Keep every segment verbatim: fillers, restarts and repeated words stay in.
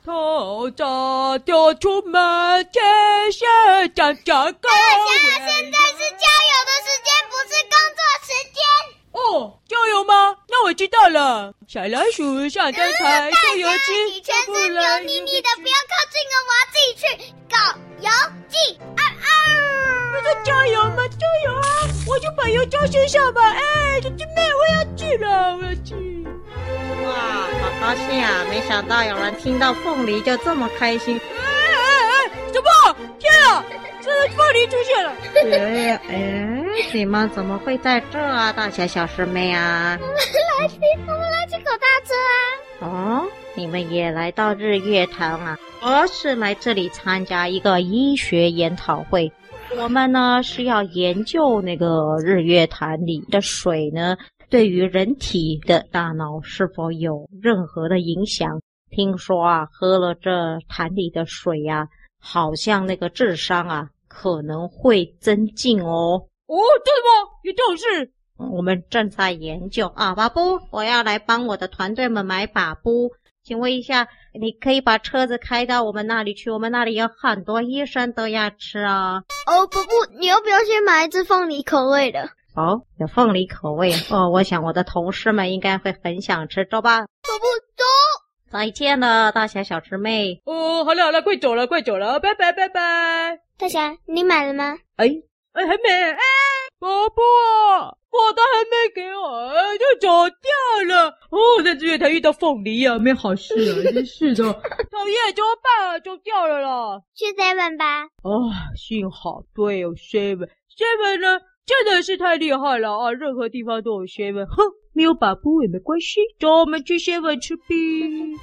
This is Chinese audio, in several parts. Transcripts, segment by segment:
头早就出门，天色将将高。 大侠，现在是加油的时间，不是工作时间。 哦，加油吗？那我知道了。小老鼠上灯台，加油机。 你全身油腻腻的，不要靠近我，我要自己去搞油剂。啊啊！ 不是加油吗？加油啊！我就把油浇身上吧。哎，小师妹，我要去了，我要去。 哇，好高兴啊！没想到有人听到凤梨就这么开心。 哎哎哎，什么？天啊！这凤梨出现了。 哎哎，你们怎么会在这啊，大侠小师妹啊？ 我们来骑，我们来骑狗大车啊！哦，你们也来到日月潭啊？我是来这里参加一个医学研讨会。我们呢是要研究那个日月潭里的水呢，对于人体的大脑是否有任何的影响。听说啊，喝了这潭里的水啊，好像那个智商啊可能会增进哦。 哦，真的吗？有这种事？ 我们正在研究啊，把布，我要来帮我的团队们买把布。请问一下，你可以把车子开到我们那里去？我们那里有很多医生都要吃啊。 哦，不不，你要不要先买一支凤梨口味的？ 哦，有凤梨口味哦，我想我的同事们应该会很想吃，走吧。 走不走？ 再见了，大侠小师妹。 哦，好了好了，快走了快走了，拜拜拜拜。 大侠，你买了吗？ 哎哎，还没哎，伯伯，我的还没给我，哎，就走掉了。哦，在日月潭遇到凤梨啊，没好事啊，真是的，讨厌，怎么办啊？走掉了啦。 去 seven 吧。 哦，幸好对有 seven seven 呢，真的是太厉害了啊！任何地方都有 seven， 哼，没有把布也没关系。走，我们去 seven 吃冰。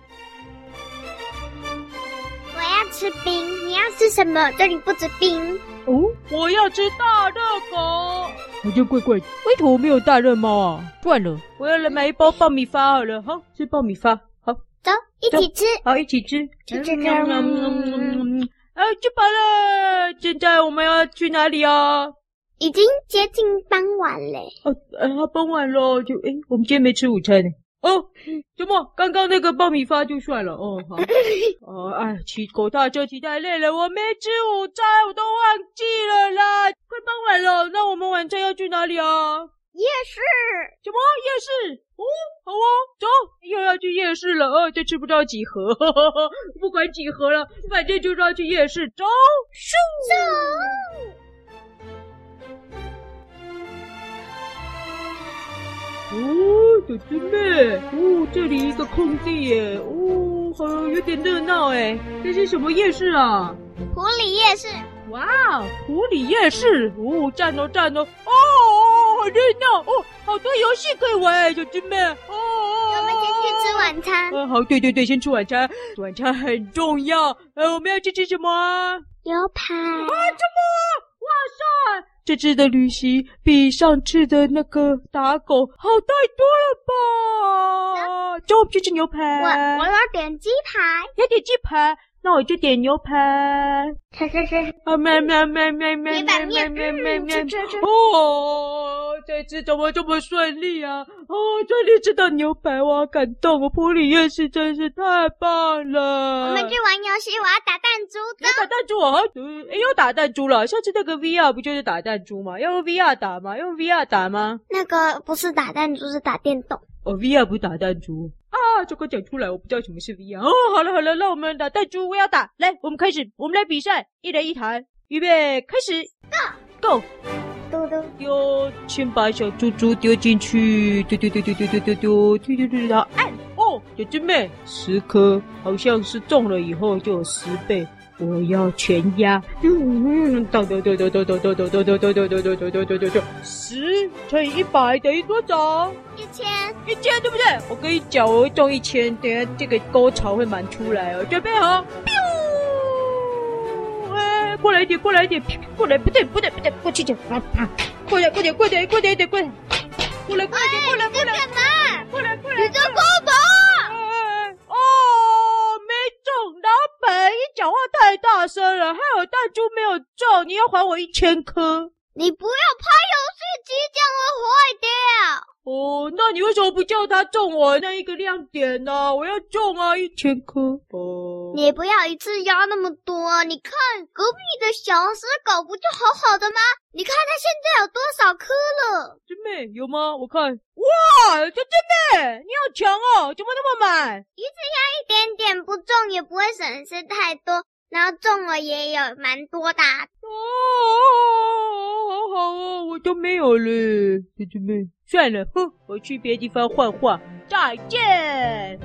我要吃冰，你要吃什么？这里不止冰。 哦，我要吃大热狗。好像怪怪，为什么没有大热猫啊？算了，我要来买一包爆米花好了。好，吃爆米花。好， 走，一起吃。 好，一起吃。 吃这个。 啊，吃饱了。现在我们要去哪里啊？ 已经接近傍晚嘞。 哦，啊，傍晚了，就诶，我们今天没吃午餐呢。哦，怎么？刚刚那个爆米花就算了。哦，好。哦，哎，骑狗大车骑太累了，我没吃午餐，我都忘记了啦。快傍晚了，那我们晚餐要去哪里啊？ 夜市。 什么夜市？哦，好哦，走，又要去夜市了。哦，这吃不到几盒，呵呵呵，不管几盒了，反正就是要去夜市。走，咻， 走。 哦，小师妹，哦，这里一个空地耶，哦，好有点热闹哎，这是什么夜市啊？ 湖里夜市。 哇，湖里夜市，哦，赞哦赞哦，哦，好热闹哦，好多游戏可以玩，小师妹，哦， 我们先去吃晚餐。 呃，好，对对对，先吃晚餐，晚餐很重要。呃，我们要去吃什么啊？ 牛排。啊， 什么？哇塞！这次的旅行比上次的那个打狗好太多了吧？走，我们去吃牛排。 我我要点鸡排。 要点鸡排，那我就点牛排。 吃吃吃。 啊，喵喵喵喵喵面喵面喵喵喵！ 吃吃吃。 哦，这次怎么这么顺利啊？哦，顺利吃到牛排，我好感动哦！普里夜市真是太棒了。 我们去玩游戏，我要打弹珠。 要打弹珠啊？哎，又打弹珠了。上次那个 V R 不就是打弹珠吗？要用 V R 打吗？用 V R 打吗？ 那个不是打弹珠，是打电动。 哦 ，V R 不是打弹珠啊！这个讲出来，我不知道什么是 V R。哦，好了好了，那我们打弹珠，我要打。来，我们开始，我们来比赛，一人一台，预备，开始 ，Go，Go。 嘟嘟丢，先把小猪猪丢进去，丢丢丢丢丢丢丢丢丢丢丢，然后按哦，小师妹，十颗，好像是中了以后就有十倍，我要全压，嗯，咚咚咚咚咚咚咚咚咚咚咚咚咚咚咚咚咚咚，十乘以一百等于多少？ 一千， 一千对不对？我跟你讲，我会中一千，等下这个沟槽会满出来哦，准备好。过来一点，过来一点，过来，不对，不对，不对，过去点，啊啊！过来，快点，快点，快点，点，过来，过来，过来，过来，过来， 干嘛？ 过来，过来！ 你这狗头！ 哦，没中，老板，你讲话太大声了，害我弹珠没有中，你要还我一千颗。 你不要拍游戏机，这样会坏掉。 哦，那你为什么不叫他中我那一个亮点呢、啊？我要中啊，一千颗。哦， 你不要一次压那么多，你看隔壁的小死狗不就好好的吗？你看它现在有多少颗了？ 真妹有吗？我看，哇，这真妹，你好强哦，怎么那么满？ 一次压一点点，不中也不会损失太多，然后中了也有蛮多的。 哦，好好哦，我都没有了，真妹。算了，哼，我去别的地方换换，再见。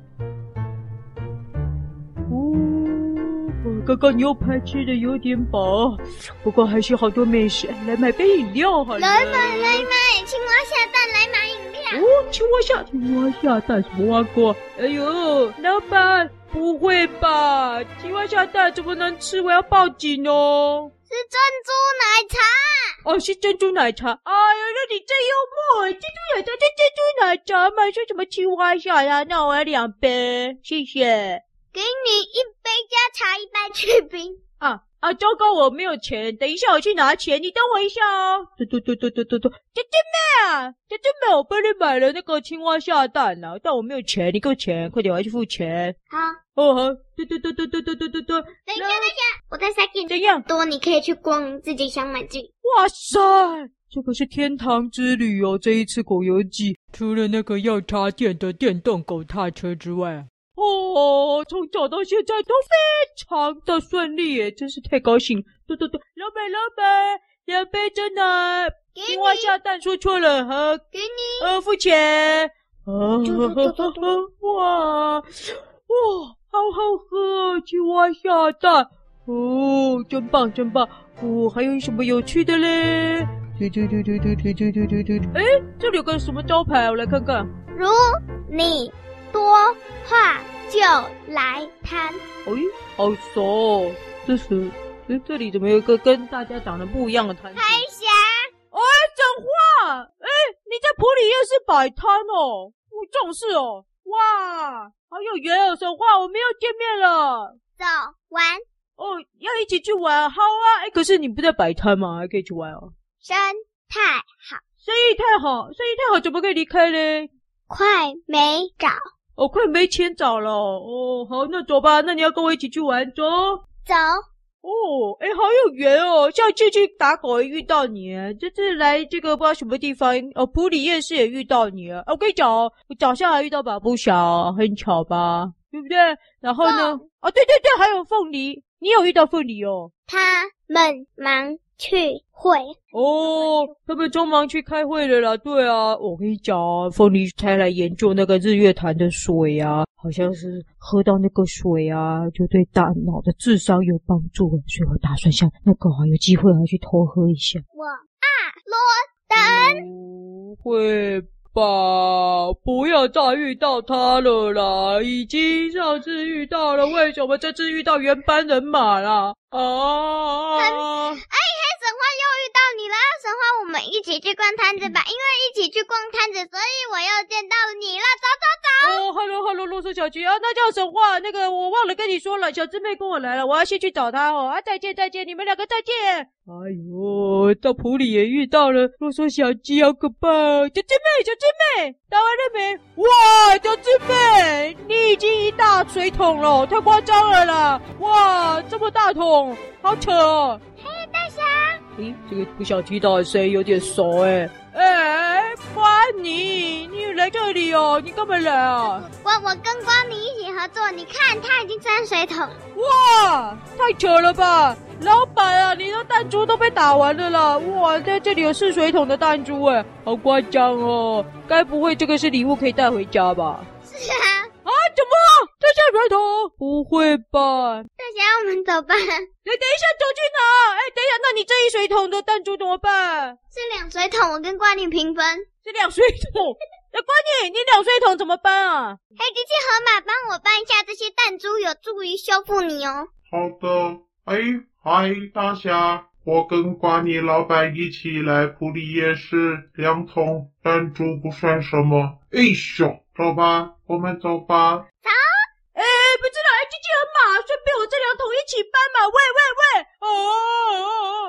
哦，刚刚牛排吃的有点饱，不过还是好多美食，来买杯饮料好了。 来买来买，青蛙下蛋来买饮料。 哦，青蛙下青蛙下蛋什么蛙哥？哎呦，老板，不会吧？青蛙下蛋怎么能吃？我要报警哦！ 是珍珠奶茶。 哦，是珍珠奶茶。哎呀，那你真幽默！珍珠奶茶是珍珠奶茶嘛？说什么青蛙下呀？那我要两杯，谢谢。 给你一杯加茶，一杯去冰。 啊啊！糟糕，我没有钱，等一下我去拿钱，你等我一下哦。嘟嘟嘟嘟嘟嘟嘟，姐姐妹啊，姐姐妹，我帮你买了那个青蛙下蛋啊，但我没有钱，你给我钱，快点，我要去付钱。 好。 哦好，嘟嘟嘟嘟嘟嘟嘟嘟嘟。 等一下，等一下，我再塞给你怎样？ 多，你可以去逛自己想买的。 哇塞，这个是天堂之旅哦！这一次狗游记，除了那个要插电的电动狗踏车之外，哦，从早到现在都非常的顺利耶，真是太高兴了！对对对，老板老板，两杯真奶，青蛙下蛋说错了，好， 给你， 呃，付钱。啊，哇哇，好好喝，青蛙下蛋，哦，真棒真棒。哦，还有什么有趣的嘞？对对对对对对对对对对！哎，这里有个什么招牌？我来看看。 如你多话就来谈。 哎，好熟哦！这是，哎，这里怎么有一个跟大家长得不一样的摊子？ 海峡。 哎，整话！哎，你在普里夜市摆摊哦？哦，这种事哦！哇，好有缘哦，神话，我们又见面了。 走，玩。 哦，要一起去玩，好啊！哎，可是你不在摆摊吗？还可以去玩哦。 生态好， 生意太好，生意太好，怎么可以离开嘞？ 快没找。 哦，快没钱找了。哦，好，那走吧。那你要跟我一起去玩，走。 走。 哦，哎，好有缘哦！上次去打狗也遇到你，这次来这个不知道什么地方，哦，普里夜市也遇到你。哦，我跟你讲哦，我早上还遇到把布小，很巧吧？对不对？然后呢？哦，对对对，还有凤梨，你有遇到凤梨哦？ 他们忙去会哦，他们匆忙去开会了啦。对啊，我跟你讲啊，凤梨才来研究那个日月潭的水啊，好像是喝到那个水啊，就对大脑的智商有帮助，所以我打算下那个啊，有机会还去偷喝一下。 我啊，罗登， 不会吧？不要再遇到他了啦！已经上次遇到了，为什么这次遇到原班人马啦？啊！ 哎，黑神话又遇到你了，神话，我们一起去逛摊子吧。因为一起去逛摊子，所以我又见到你了。走走走。 哦 ，hello hello，啰嗦小鸡啊，那叫神话。那个我忘了跟你说了，小姊妹跟我来了，我要先去找她哦。啊，再见再见，你们两个再见。哎呦，到埔里也遇到了啰嗦小鸡，好可怕！小姊妹小姊妹，打完了没？哇，小姊妹，你已经一大水桶了，太夸张了啦！哇，这么大桶，好扯哦。 嘿，大侠。 咦，这个不小鸡的声音有点熟哎。哎，瓜尼，你来这里哦？你干嘛来啊？ 我我跟瓜尼一起合作，你看他已经装水桶了。 哇，太扯了吧！老板啊，你的弹珠都被打完了啦！哇，在这里有试水桶的弹珠哎，好夸张哦！该不会这个是礼物可以带回家吧？ 是啊。 啊，怎么？这是水桶？不会吧？ 大侠，我们走吧。 你等一下走去哪？哎，等一下，那你这一水桶的弹珠怎么办？ 是两水桶，我跟瓜尼平分。 是两水桶？那瓜尼，你两水桶怎么办啊？ 黑机器河马，帮我搬一下这些弹珠，有助于修复你哦。 好的。哎，嗨，大侠，我跟瓜尼老板一起来普里夜市，两桶弹珠不算什么。哎咻，走吧，我们走吧。 走。 哎，不知道，哎，机器人马，顺便我这两桶一起搬嘛。喂喂喂，哦哦哦！哎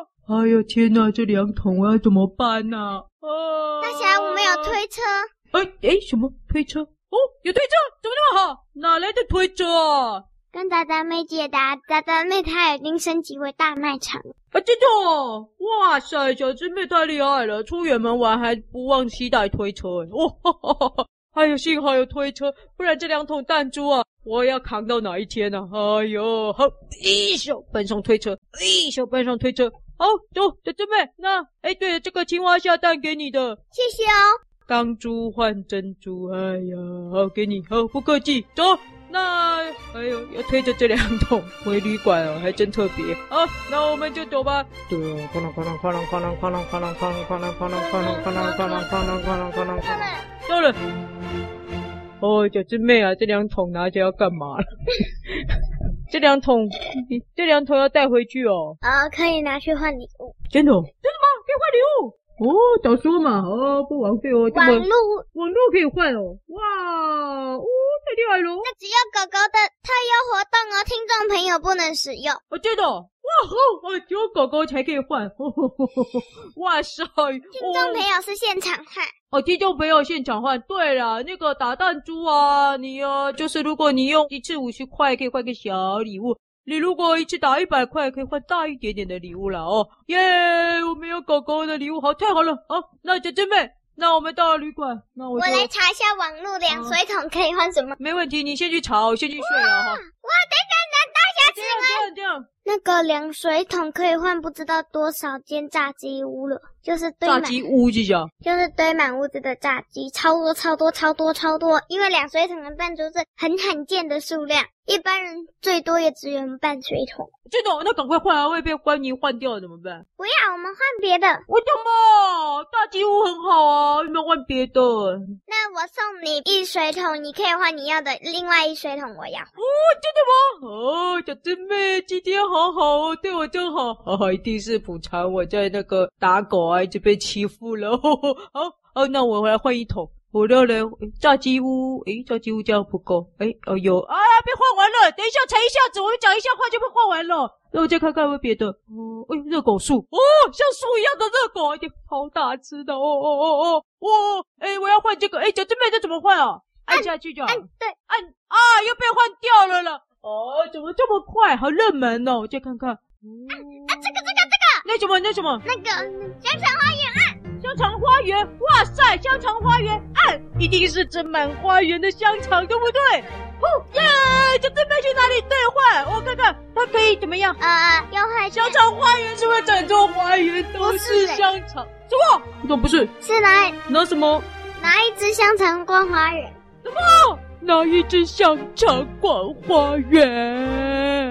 哎呦天哪，这两桶我要怎么办呢、啊？啊！ 大侠，我们有推车。 哎哎，什么推车？哦，有推车，怎么那么好？哪来的推车啊？ 跟达达妹借的，达达妹她已经升级为大卖场了。 啊，真的哦！哇塞，小师妹太厉害了，出远门玩还不忘携带推车哎！哇哈哈哈哈！哎呦，幸好有推车，不然这两桶弹珠啊，我要扛到哪一天呢、啊？哎呦，好，一手搬上推车，一手搬上推车。好，走，小师妹，那哎，对了，这个青蛙下蛋给你的， 谢谢哦。 钢珠换珍珠，哎呀，好，给你，好，不客气，走。那哎呦，要推着这两桶回旅馆哦，还真特别。好，那我们就走吧。对哦，哐啷哐啷哐啷哐啷哐啷哐啷哐啷哐啷哐啷哐啷哐啷哐啷哐啷哐啷哐啷。到了。哦，小师妹啊，这两桶拿着要干嘛了？这两桶，这两桶要带回去哦。 啊，可以拿去换礼物。 真的？真的吗？可以换礼物？哦，早说嘛！哦，不枉费哦。 网路， 网路可以换哦。哇，哦，太厉害了！ 那只有狗狗的特优活动哦，听众朋友不能使用。 哦，真的？哇哦，哦，只有狗狗才可以换。呵呵呵呵哇塞！ 听众朋友是现场换。 哦，听众朋友现场换。对啦，那个打弹珠啊，你呃，就是如果你用一次五十块，可以换个小礼物。你如果一次打一百块，可以换大一点点的礼物了哦。耶，我们有狗狗的礼物，好，太好了。好，那姐姐妹，那我们到了旅馆，那我我来查一下网络两水桶可以换什么。 没问题，你先去查，我先去睡了哈。 哇，等等等，大侠这样这样这样。 那个两水桶可以换不知道多少间炸鸡屋了，就是堆满炸鸡屋这叫， 就是堆满屋子的炸鸡，超多超多超多超多。因为两水桶的弹珠是很罕见的数量，一般人最多也只有半水桶。 真的，那赶快换啊！会被关尼换掉怎么办？ 不要，我们换别的。 为什么？大鸡屋很好啊，有没有换别的？ 那我送你一水桶，你可以换你要的另外一水桶，我要。 哦，真的吗？哦，小真妹今天好好哦，对我真好，哦，一定是补偿我在那个打狗啊一直被欺负了。呵呵好，哦，那我回来换一桶。我要来炸鸡屋，诶，炸鸡屋这样不够，诶，哦有，啊，被换完了，等一下，才一下子，我们讲一下话就被换完了，那我再看看有没有别的，哦，诶，热狗树，哦，像树一样的热狗，一点好大吃的，哦哦哦哦，哦，诶，我要换这个，诶，小真妹这怎么换啊？按下去就好， 按对， 按啊，又被换掉了了，哦，怎么这么快，好热门哦，我再看看， 啊啊，这个这个这个， 那什么那什么， 那个香肠花园按。 香肠花园，哇塞！香肠花园按，一定是整满花园的香肠，对不对？哦耶！这这边去哪里兑换？我看看，它可以怎么样？ 呃，优惠香肠花园是不是整座花园都是香肠？什么？怎么不是？ 是拿拿什么？ 拿一只香肠逛花园。 什么？拿一只香肠逛花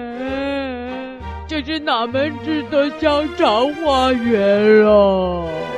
园？这是哪门子的香肠花园啊？